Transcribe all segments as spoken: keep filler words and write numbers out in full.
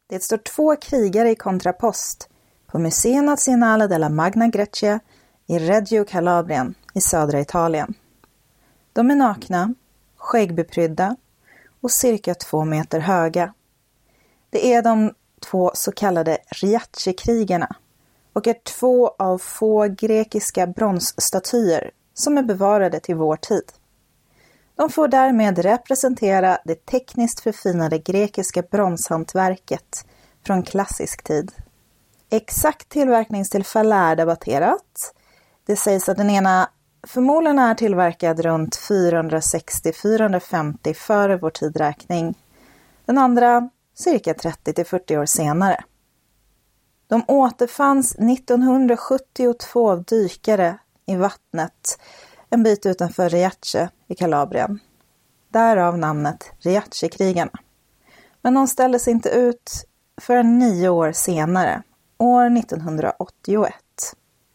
Det står två krigare i kontrapost på Museo Nazionale della Magna Grecia i Reggio Calabrien i södra Italien. De är nakna, skäggbeprydda och cirka två meter höga. Det är de två så kallade Riace-krigarna och är två av få grekiska bronsstatyer som är bevarade till vår tid. De får därmed representera det tekniskt förfinade grekiska bronshantverket från klassisk tid. Exakt tillverkningstillfälle är debatterat. Det sägs att den ena förmodligen är tillverkad runt fyrahundrasextio till fyrahundrafemtio före vår tidräkning. Den andra cirka trettio till fyrtio år senare. De återfanns nittonhundrasjuttiotvå av dykare i vattnet en bit utanför Riace i Kalabrien. Därav namnet Riace-krigarna. Men de ställdes inte ut förrän nio år senare, år nittonhundraåttioett.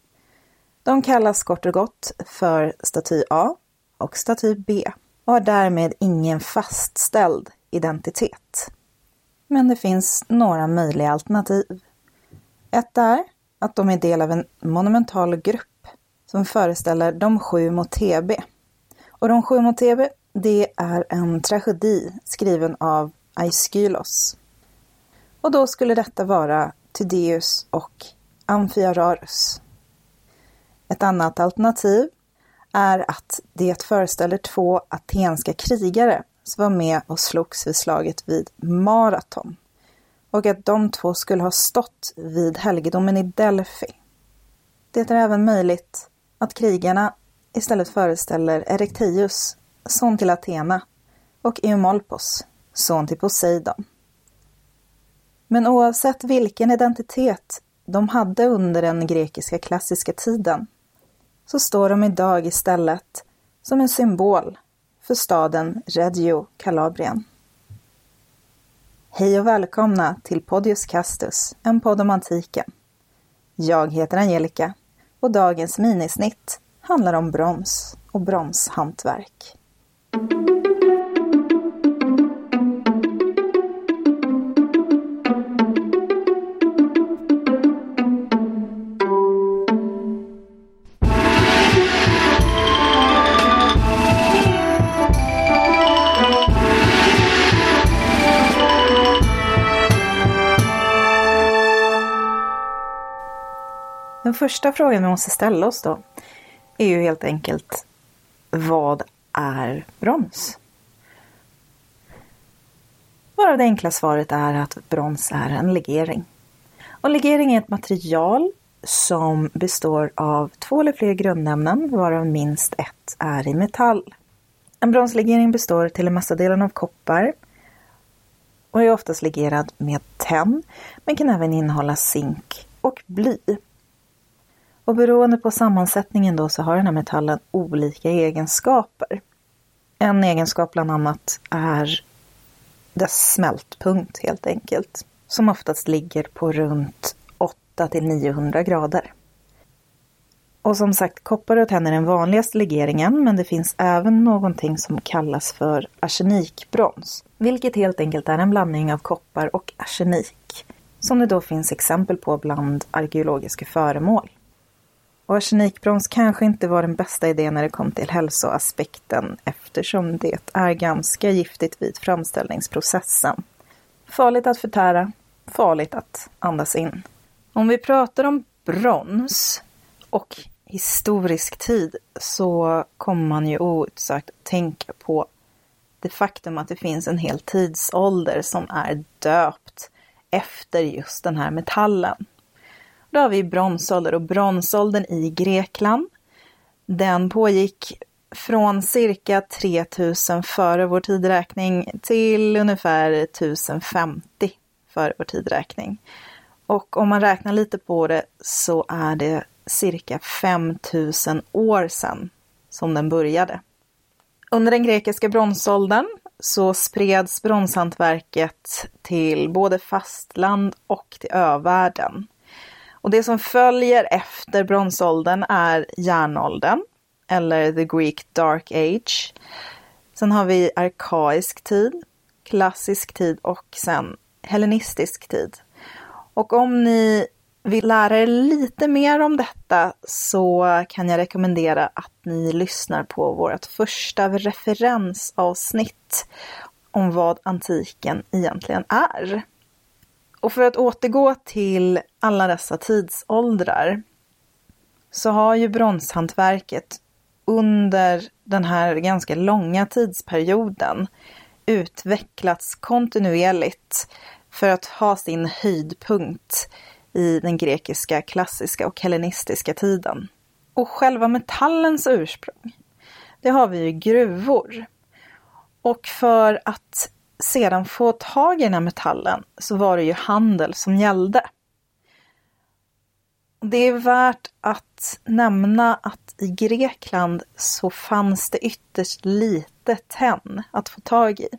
De kallas kort och gott för staty A och staty B och har därmed ingen fastställd identitet. Men det finns några möjliga alternativ. Ett är att de är del av en monumental grupp som föreställer de sju mot T B. Och de sju mot T B, det är en tragedi skriven av Aeschylos. Och då skulle detta vara Tydeus och Amphiaraus. Ett annat alternativ är att det föreställer två atenska krigare som var med och slogs vid slaget vid Marathon. Och att de två skulle ha stått vid helgedomen i Delphi. Det är även möjligt att krigarna istället föreställer Erechteus, son till Athena, och Eumolpos, son till Poseidon. Men oavsett vilken identitet de hade under den grekiska klassiska tiden så står de idag istället som en symbol för staden Reggio Calabrien. Hej och välkomna till Podius Castus, en podd om antiken. Jag heter Angelica och dagens minisnitt handlar om brons och bronshantverk. Den första frågan vi måste ställa oss då är ju helt enkelt, vad är brons? Bara det enkla svaret är att brons är en legering. Och legering är ett material som består av två eller fler grundämnen, varav minst ett är i metall. En bronslegering består till en massa delen av koppar och är oftast legerad med tenn, men kan även innehålla zink och bly. Och beroende på sammansättningen då så har den här metallen olika egenskaper. En egenskap bland annat är dess smältpunkt helt enkelt. Som oftast ligger på runt åtta till niohundra grader. Och som sagt, koppar och tenn är den vanligaste legeringen, men det finns även någonting som kallas för arsenikbrons. Vilket helt enkelt är en blandning av koppar och arsenik. Som det då finns exempel på bland arkeologiska föremål. Och arsenikbrons kanske inte var den bästa idén när det kom till hälsoaspekten eftersom det är ganska giftigt vid framställningsprocessen. Farligt att förtära, farligt att andas in. Om vi pratar om brons och historisk tid så kommer man ju outsagt tänka på det faktum att det finns en hel tidsålder som är döpt efter just den här metallen. Då har vi bronsålder, och bronsåldern i Grekland, den pågick från cirka tre tusen före vår tidräkning till ungefär tusen femtio före vår tidräkning. Och om man räknar lite på det så är det cirka fem tusen år sedan som den började. Under den grekiska bronsåldern så spreds bronshantverket till både fastland och till övärlden. Och det som följer efter bronsåldern är järnåldern, eller the Greek Dark Age. Sen har vi arkaisk tid, klassisk tid och sen hellenistisk tid. Och om ni vill lära er lite mer om detta så kan jag rekommendera att ni lyssnar på vårt första referensavsnitt om vad antiken egentligen är. Och för att återgå till alla dessa tidsåldrar så har ju bronshantverket under den här ganska långa tidsperioden utvecklats kontinuerligt för att ha sin höjdpunkt i den grekiska klassiska och hellenistiska tiden. Och själva metallens ursprung, det har vi ju gruvor. Och för att sedan få tag i den här metallen så var det ju handel som gällde. Det är värt att nämna att i Grekland så fanns det ytterst lite tenn att få tag i.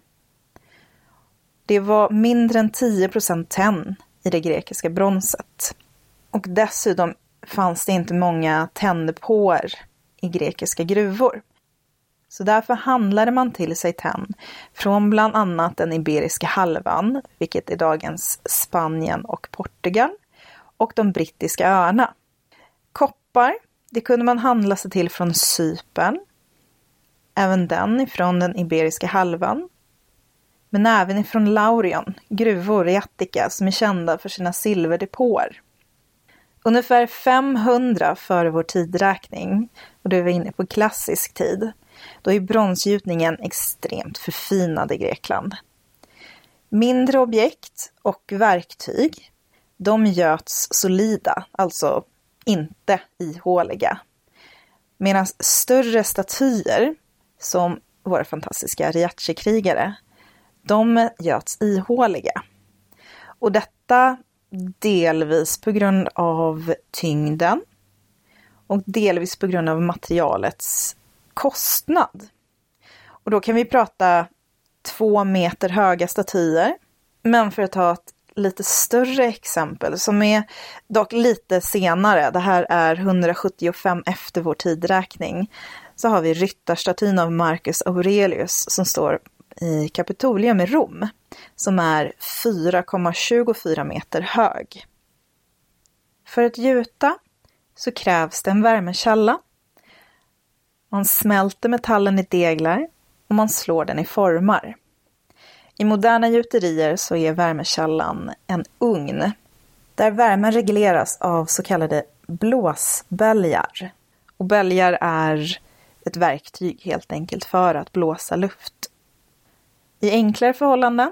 Det var mindre än tio procent tenn i det grekiska bronset. Och dessutom fanns det inte många tenndepåer i grekiska gruvor. Så därför handlade man till sig tenn från bland annat den iberiska halvön, vilket är dagens Spanien och Portugal, och de brittiska öarna. Koppar, det kunde man handla sig till från Cypern, även den ifrån den iberiska halvön. Men även ifrån Laurion, gruvor i Attika som är kända för sina silverdepåer. Ungefär femhundra före vår tidräkning, och då är vi inne på klassisk tid, då är bronsgjutningen extremt förfinad i Grekland. Mindre objekt och verktyg, de göts solida, alltså inte ihåliga. Medan större statyer, som våra fantastiska Riace-krigare, de göts ihåliga. Och detta delvis på grund av tyngden och delvis på grund av materialets kostnad. Och då kan vi prata två meter höga statyer. Men för att ta ett lite större exempel som är dock lite senare, det här är hundrasjuttiofem efter vår tidräkning, så har vi ryttarstatyn av Marcus Aurelius som står i Kapitolium i Rom, som är fyra komma tjugofyra meter hög. För att gjuta så krävs det en värmekälla. Man smälter metallen i deglar och man slår den i formar. I moderna gjuterier så är värmekällan en ugn där värmen regleras av så kallade blåsbälgar. Och bälgar är ett verktyg helt enkelt för att blåsa luft. I enklare förhållanden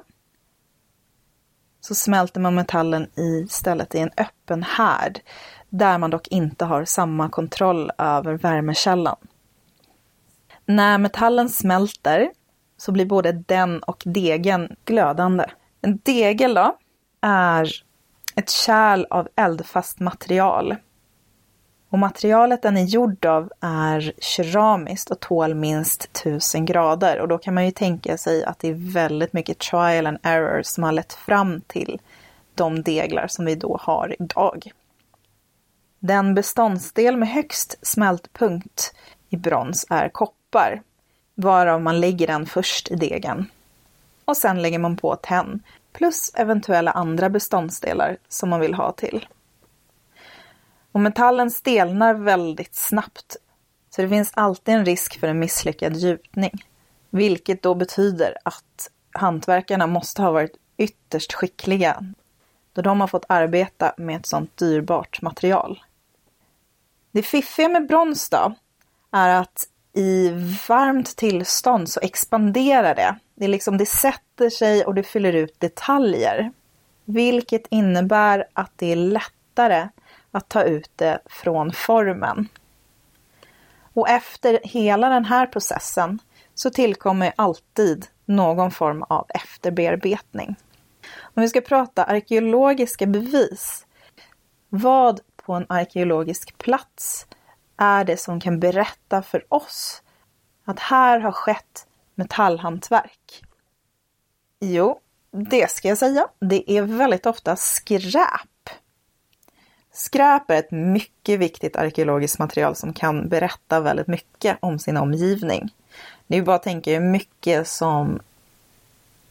så smälter man metallen istället i en öppen härd där man dock inte har samma kontroll över värmekällan. När metallen smälter så blir både den och degen glödande. En degel då är ett kärl av eldfast material. Och materialet den är gjord av är keramiskt och tål minst tusen grader. Och då kan man ju tänka sig att det är väldigt mycket trial and error som har lett fram till de deglar som vi då har idag. Den beståndsdel med högst smältpunkt i brons är koppar, varav man lägger den först i degen. Och sen lägger man på tenn, plus eventuella andra beståndsdelar som man vill ha till. Och metallen stelnar väldigt snabbt, så det finns alltid en risk för en misslyckad gjutning. Vilket då betyder att hantverkarna måste ha varit ytterst skickliga, då de har fått arbeta med ett sådant dyrbart material. Det fiffiga med brons då är att i varmt tillstånd så expanderar det. Det, är liksom, det sätter sig och det fyller ut detaljer. Vilket innebär att det är lättare att ta ut det från formen. Och efter hela den här processen så tillkommer alltid någon form av efterbearbetning. Om vi ska prata arkeologiska bevis, vad på en arkeologisk plats är det som kan berätta för oss att här har skett metallhantverk? Jo, det ska jag säga. Det är väldigt ofta skräp. Skräp är ett mycket viktigt arkeologiskt material som kan berätta väldigt mycket om sin omgivning. Det är bara att tänka hur mycket som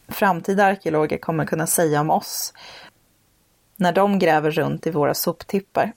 framtida arkeologer kommer kunna säga om oss när de gräver runt i våra soptippar.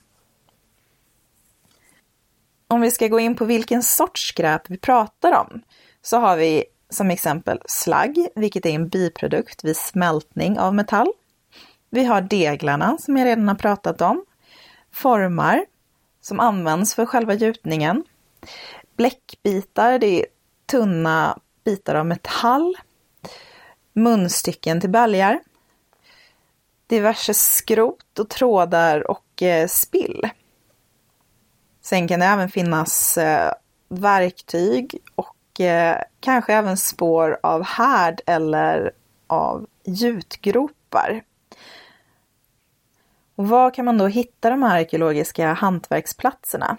Om vi ska gå in på vilken sorts skräp vi pratar om så har vi som exempel slagg, vilket är en biprodukt vid smältning av metall. Vi har deglarna som jag redan har pratat om. Formar som används för själva gjutningen. Bläckbitar, det är tunna bitar av metall. Munstycken till bälgar. Diverse skrot och trådar och eh, spill. Sen kan det även finnas eh, verktyg och eh, kanske även spår av härd eller av gjutgropar. Och var kan man då hitta de här arkeologiska hantverksplatserna?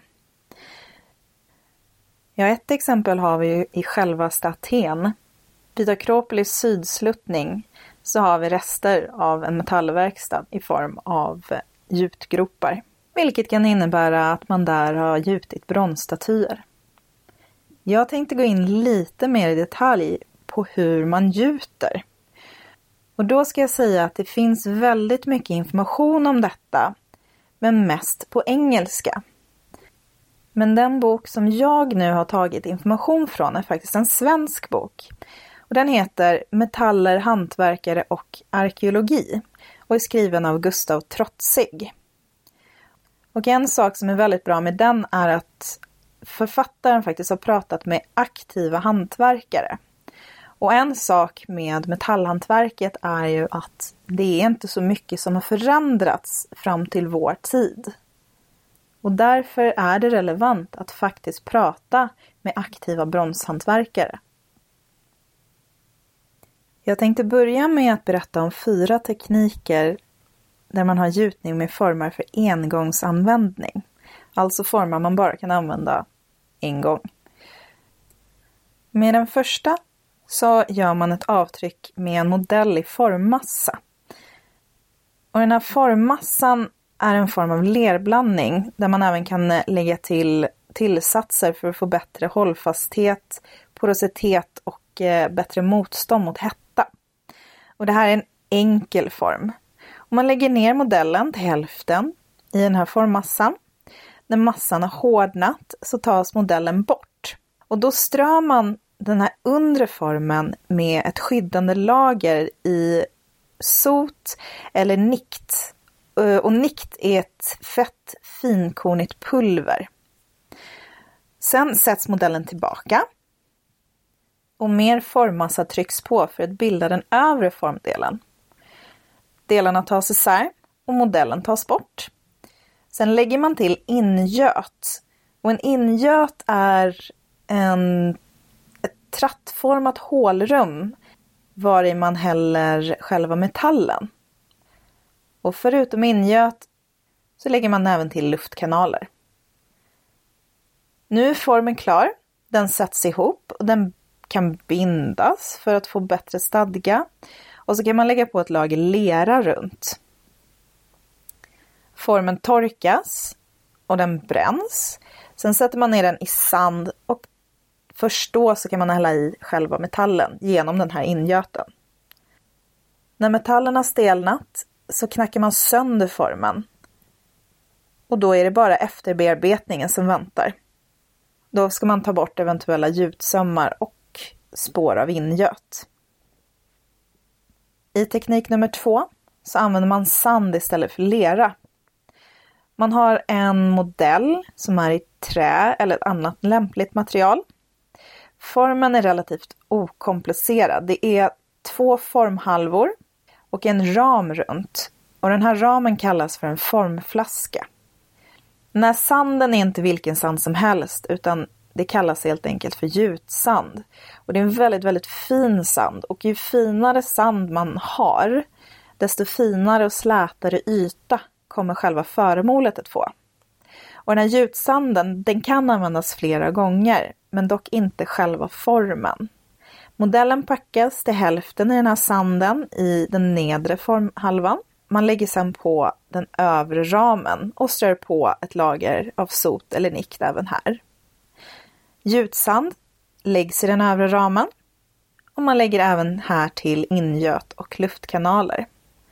Ja, ett exempel har vi ju i själva Aten. Vid Akropolis sydsluttning så har vi rester av en metallverkstad i form av gjutgropar. Vilket kan innebära att man där har gjutit bronsstatyer. Jag tänkte gå in lite mer i detalj på hur man gjuter. Och då ska jag säga att det finns väldigt mycket information om detta, men mest på engelska. Men den bok som jag nu har tagit information från är faktiskt en svensk bok. Och den heter Metaller, hantverkare och arkeologi och är skriven av Gustav Trotzig. Och en sak som är väldigt bra med den är att författaren faktiskt har pratat med aktiva hantverkare. Och en sak med metallhantverket är ju att det är inte så mycket som har förändrats fram till vår tid. Och därför är det relevant att faktiskt prata med aktiva bronshantverkare. Jag tänkte börja med att berätta om fyra tekniker där man har gjutning med formar för engångsanvändning. Alltså formar man bara kan använda en gång. Med den första så gör man ett avtryck med en modell i formmassa. Och den här formmassan är en form av lerblandning där man även kan lägga till tillsatser för att få bättre hållfasthet, porositet och bättre motstånd mot hetta. Och det här är en enkel form. Om man lägger ner modellen till hälften i den här formmassan. När massan har hårdnat så tas modellen bort. Och då strör man den här undre formen med ett skyddande lager i sot eller nikt. Och nikt är ett fett finkornigt pulver. Sen sätts modellen tillbaka. Och mer formmassa trycks på för att bilda den övre formdelen. Delarna tas isär och modellen tas bort. Sen lägger man till ingöt. Och en ingöt är en, ett trattformat hålrum var i man häller själva metallen. Och förutom ingöt så lägger man även till luftkanaler. Nu är formen klar. Den sätts ihop och den kan bindas för att få bättre stadga. Och så kan man lägga på ett lager lera runt. Formen torkas och den bränns. Sen sätter man ner den i sand och först då så kan man hälla i själva metallen genom den här ingöten. När metallen har stelnat så knackar man sönder formen. Och då är det bara efterbearbetningen som väntar. Då ska man ta bort eventuella gjutsömmar och spår av ingöt. I teknik nummer två så använder man sand istället för lera. Man har en modell som är i trä eller ett annat lämpligt material. Formen är relativt okomplicerad. Det är två formhalvor och en ram runt. Och den här ramen kallas för en formflaska. Den här sanden är inte vilken sand som helst utan det kallas helt enkelt för gjutsand. Och det är en väldigt, väldigt fin sand. Och ju finare sand man har, desto finare och slätare yta kommer själva föremålet att få. Och den här gjutsanden, den kan användas flera gånger, men dock inte själva formen. Modellen packas till hälften i den här sanden i den nedre formhalvan. Man lägger sedan på den övre ramen och strör på ett lager av sot eller nikt även här. Gjutsand läggs i den övre ramen och man lägger även här till ingöt och luftkanaler.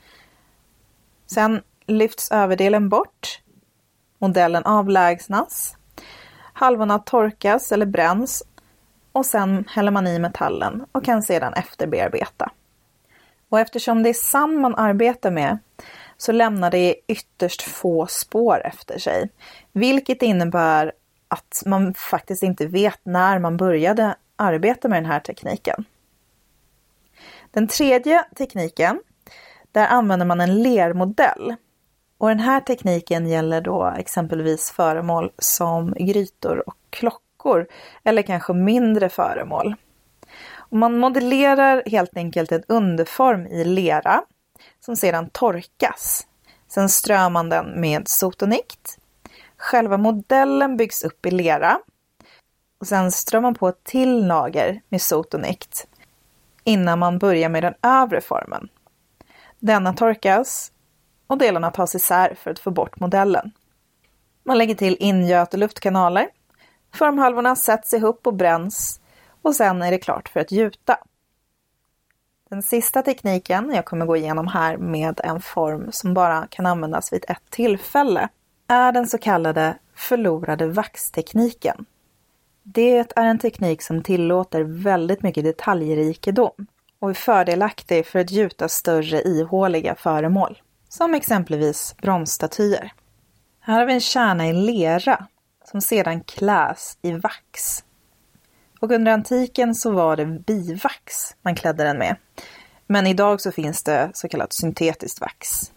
Sen lyfts överdelen bort, modellen avlägsnas, halvorna torkas eller bränns och sen häller man i metallen och kan sedan efterbearbeta. Och eftersom det är sand man arbetar med så lämnar det ytterst få spår efter sig, vilket innebär att man faktiskt inte vet när man började arbeta med den här tekniken. Den tredje tekniken, där använder man en lermodell. Och den här tekniken gäller då exempelvis föremål som grytor och klockor eller kanske mindre föremål. Och man modellerar helt enkelt en underform i lera som sedan torkas. Sen strör man den med sot och nikt. Själva modellen byggs upp i lera och sen strör man på ett till lager med sot och nikt innan man börjar med den övre formen. Denna torkas och delarna tas isär för att få bort modellen. Man lägger till ingöt och luftkanaler. Formhalvorna sätts ihop och bränns och sen är det klart för att gjuta. Den sista tekniken jag kommer gå igenom här med en form som bara kan användas vid ett tillfälle är den så kallade förlorade vaxtekniken. Det är en teknik som tillåter väldigt mycket detaljrikedom och är fördelaktig för att gjuta större ihåliga föremål, som exempelvis bronsstatyer. Här har vi en kärna i lera som sedan kläs i vax. Och under antiken så var det bivax man klädde den med. Men idag så finns det så kallat syntetiskt vax.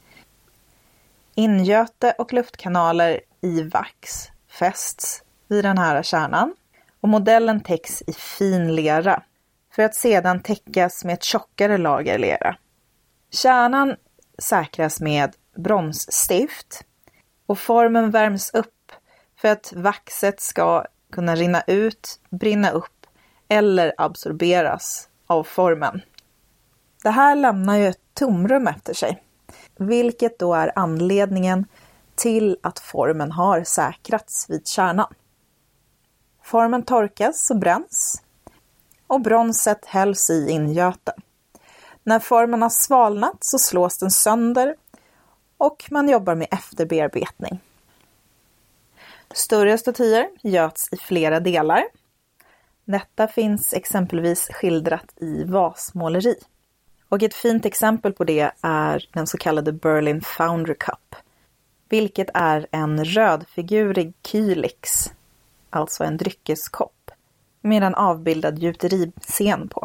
Ingöte och luftkanaler i vax fästs vid den här kärnan och modellen täcks i fin lera för att sedan täckas med ett tjockare lager lera. Kärnan säkras med bronsstift och formen värms upp för att vaxet ska kunna rinna ut, brinna upp eller absorberas av formen. Det här lämnar ju ett tomrum efter sig, vilket då är anledningen till att formen har säkrats vid kärnan. Formen torkas och bränns och bronset hälls i ingöten. När formen har svalnat så slås den sönder och man jobbar med efterbearbetning. Större statyer göts i flera delar. Detta finns exempelvis skildrat i vasmåleri. Och ett fint exempel på det är den så kallade Berlin Foundry Cup, vilket är en rödfigurig kylix, alltså en dryckeskopp, med en avbildad gjuteriscen på.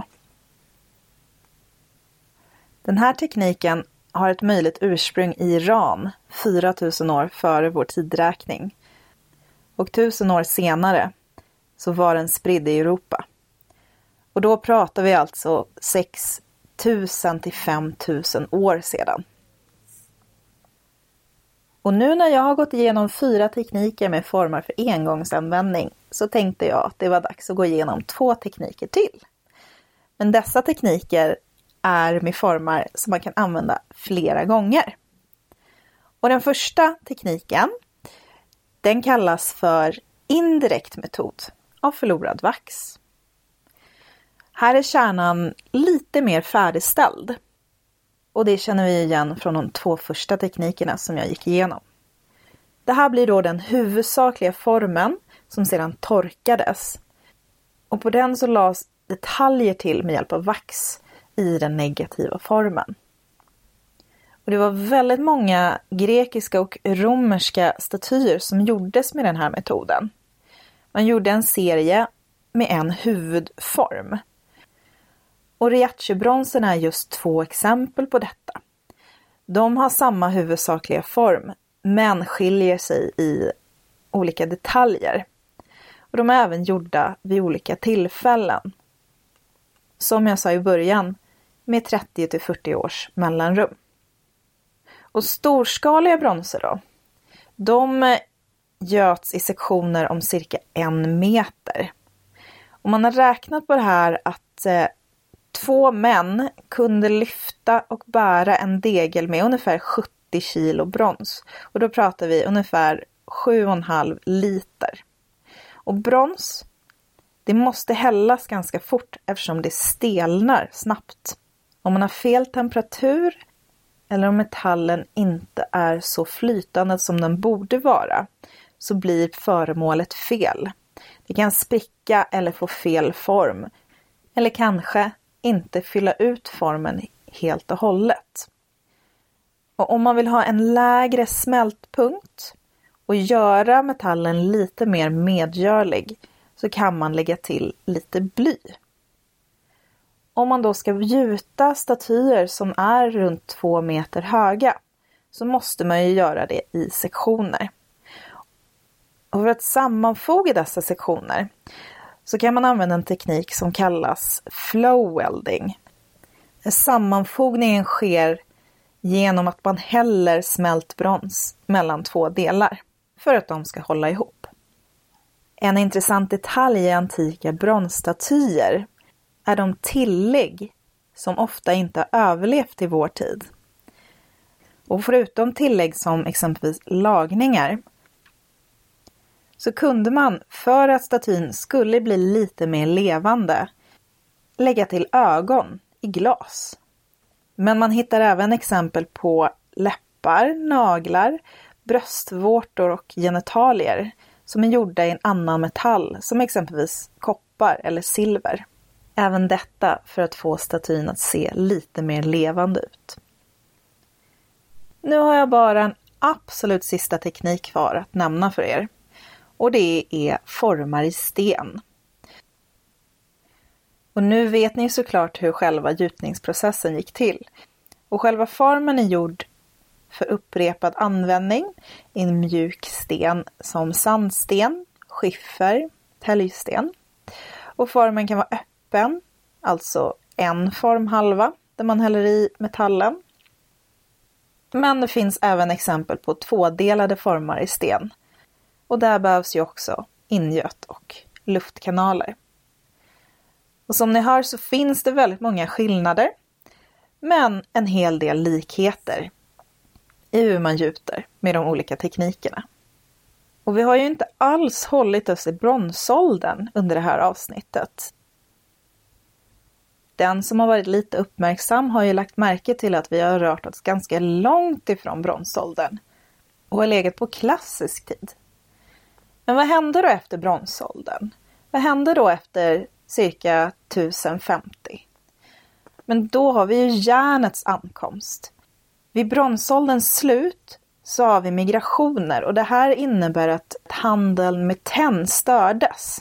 Den här tekniken har ett möjligt ursprung i Iran fyra tusen år före vår tidräkning. Och tusen år senare så var den spridd i Europa. Och då pratar vi alltså sex tusen till fem tusen år sedan. Och nu när jag har gått igenom fyra tekniker med formar för engångsanvändning så tänkte jag att det var dags att gå igenom två tekniker till. Men dessa tekniker är med formar som man kan använda flera gånger. Och den första tekniken, den kallas för indirekt metod av förlorad vax. Här är kärnan lite mer färdigställd. Och det känner vi igen från de två första teknikerna som jag gick igenom. Det här blir då den huvudsakliga formen som sedan torkades. Och på den så lades detaljer till med hjälp av vax i den negativa formen. Och det var väldigt många grekiska och romerska statyer som gjordes med den här metoden. Man gjorde en serie med en huvudform. Och Riace-bronsen är just två exempel på detta. De har samma huvudsakliga form men skiljer sig i olika detaljer. Och de är även gjorda vid olika tillfällen. Som jag sa i början, med trettio till fyrtio års mellanrum. Och storskaliga bronser då, de göts i sektioner om cirka en meter. Och man har räknat på det här att eh, två män kunde lyfta och bära en degel med ungefär sjuttio kilo brons. Och då pratar vi ungefär sju komma fem liter. Och brons, Det måste hällas ganska fort eftersom det stelnar snabbt. Om man har fel temperatur eller om metallen inte är så flytande som den borde vara så blir föremålet fel. Det kan spricka eller få fel form eller kanske inte fylla ut formen helt och hållet. Och om man vill ha en lägre smältpunkt och göra metallen lite mer medgörlig så kan man lägga till lite bly. Om man då ska gjuta statyer som är runt två meter höga så måste man ju göra det i sektioner. Och för att sammanfoga dessa sektioner så kan man använda en teknik som kallas flow welding. Sammanfogningen sker genom att man häller smält brons mellan två delar för att de ska hålla ihop. En intressant detalj i antika bronsstatyer är de tillägg som ofta inte har överlevt i vår tid. Och förutom tillägg som exempelvis lagningar så kunde man för att statyn skulle bli lite mer levande lägga till ögon i glas. Men man hittar även exempel på läppar, naglar, bröstvårtor och genitalier som är gjorda i en annan metall som exempelvis koppar eller silver. Även detta för att få statyn att se lite mer levande ut. Nu har jag bara en absolut sista teknik kvar att nämna för er. Och det är formar i sten. Och nu vet ni såklart hur själva gjutningsprocessen gick till. Och själva formen är gjord för upprepad användning i en mjuk sten som sandsten, skiffer, täljsten. Och formen kan vara öppen, alltså en formhalva där man häller i metallen. Men det finns även exempel på tvådelade formar i sten. Och där behövs ju också ingöt och luftkanaler. Och som ni hör så finns det väldigt många skillnader. Men en hel del likheter i hur man gjuter med de olika teknikerna. Och vi har ju inte alls hållit oss i bronsåldern under det här avsnittet. Den som har varit lite uppmärksam har ju lagt märke till att vi har rört oss ganska långt ifrån bronsåldern. Och har legat på klassisk tid. Men vad hände då efter bronsåldern? Vad hände då efter cirka tusen femtio? Men då har vi ju järnets ankomst. Vid bronsålderns slut så har vi migrationer och det här innebär att handeln med tenn stördes.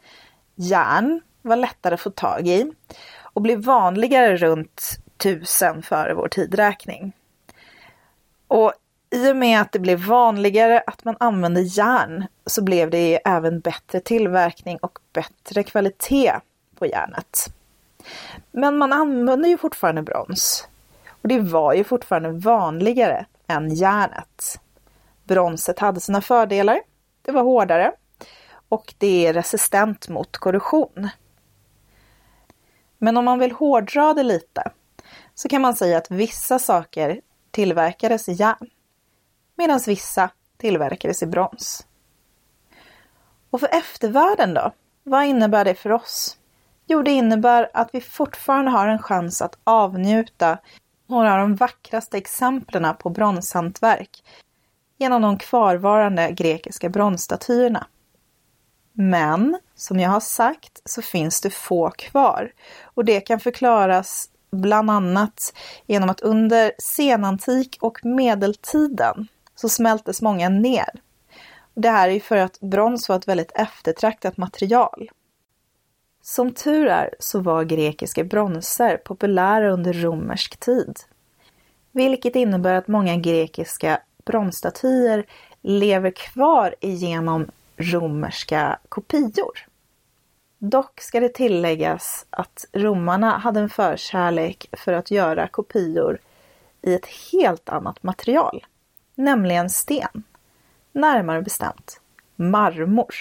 Järn var lättare att få tag i och blev vanligare runt tusen före vår tidräkning. Och i och med att det blev vanligare att man använde järn så blev det även bättre tillverkning och bättre kvalitet på järnet. Men man använde ju fortfarande brons. Och det var ju fortfarande vanligare än järnet. Bronset hade sina fördelar. Det var hårdare. Och det är resistent mot korrosion. Men om man vill hårdra det lite så kan man säga att vissa saker tillverkades i järn. Medan vissa tillverkades i brons. Och för eftervärlden då? Vad innebär det för oss? Jo, det innebär att vi fortfarande har en chans att avnjuta några av de vackraste exemplen på bronshantverk genom de kvarvarande grekiska bronsstatyerna. Men, som jag har sagt, så finns det få kvar. Och det kan förklaras bland annat genom att under senantik och medeltiden så smältes många ner. Det här är ju för att brons var ett väldigt eftertraktat material. Som tur är så var grekiska bronser populära under romersk tid. Vilket innebär att många grekiska bronsstatyer lever kvar genom romerska kopior. Dock ska det tilläggas att romarna hade en förkärlek för att göra kopior i ett helt annat material, nämligen sten, närmare bestämt marmor.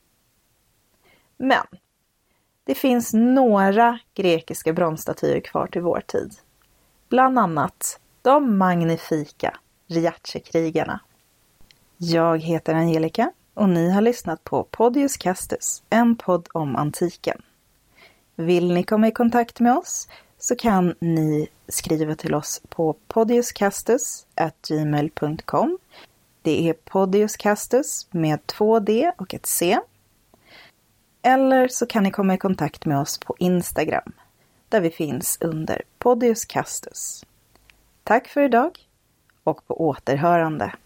Men det finns några grekiska bronsstatyer kvar till vår tid, bland annat de magnifika Riace-krigarna. Jag heter Angelica Och ni har lyssnat på Podius Castus, en podd om antiken. Vill ni komma i kontakt med oss så kan ni skriva till oss på podiuscastus at gmail punkt com. Det är podiuscastus med två D och ett C. Eller så kan ni komma i kontakt med oss på Instagram, där vi finns under Podius Castus. Tack för idag och på återhörande.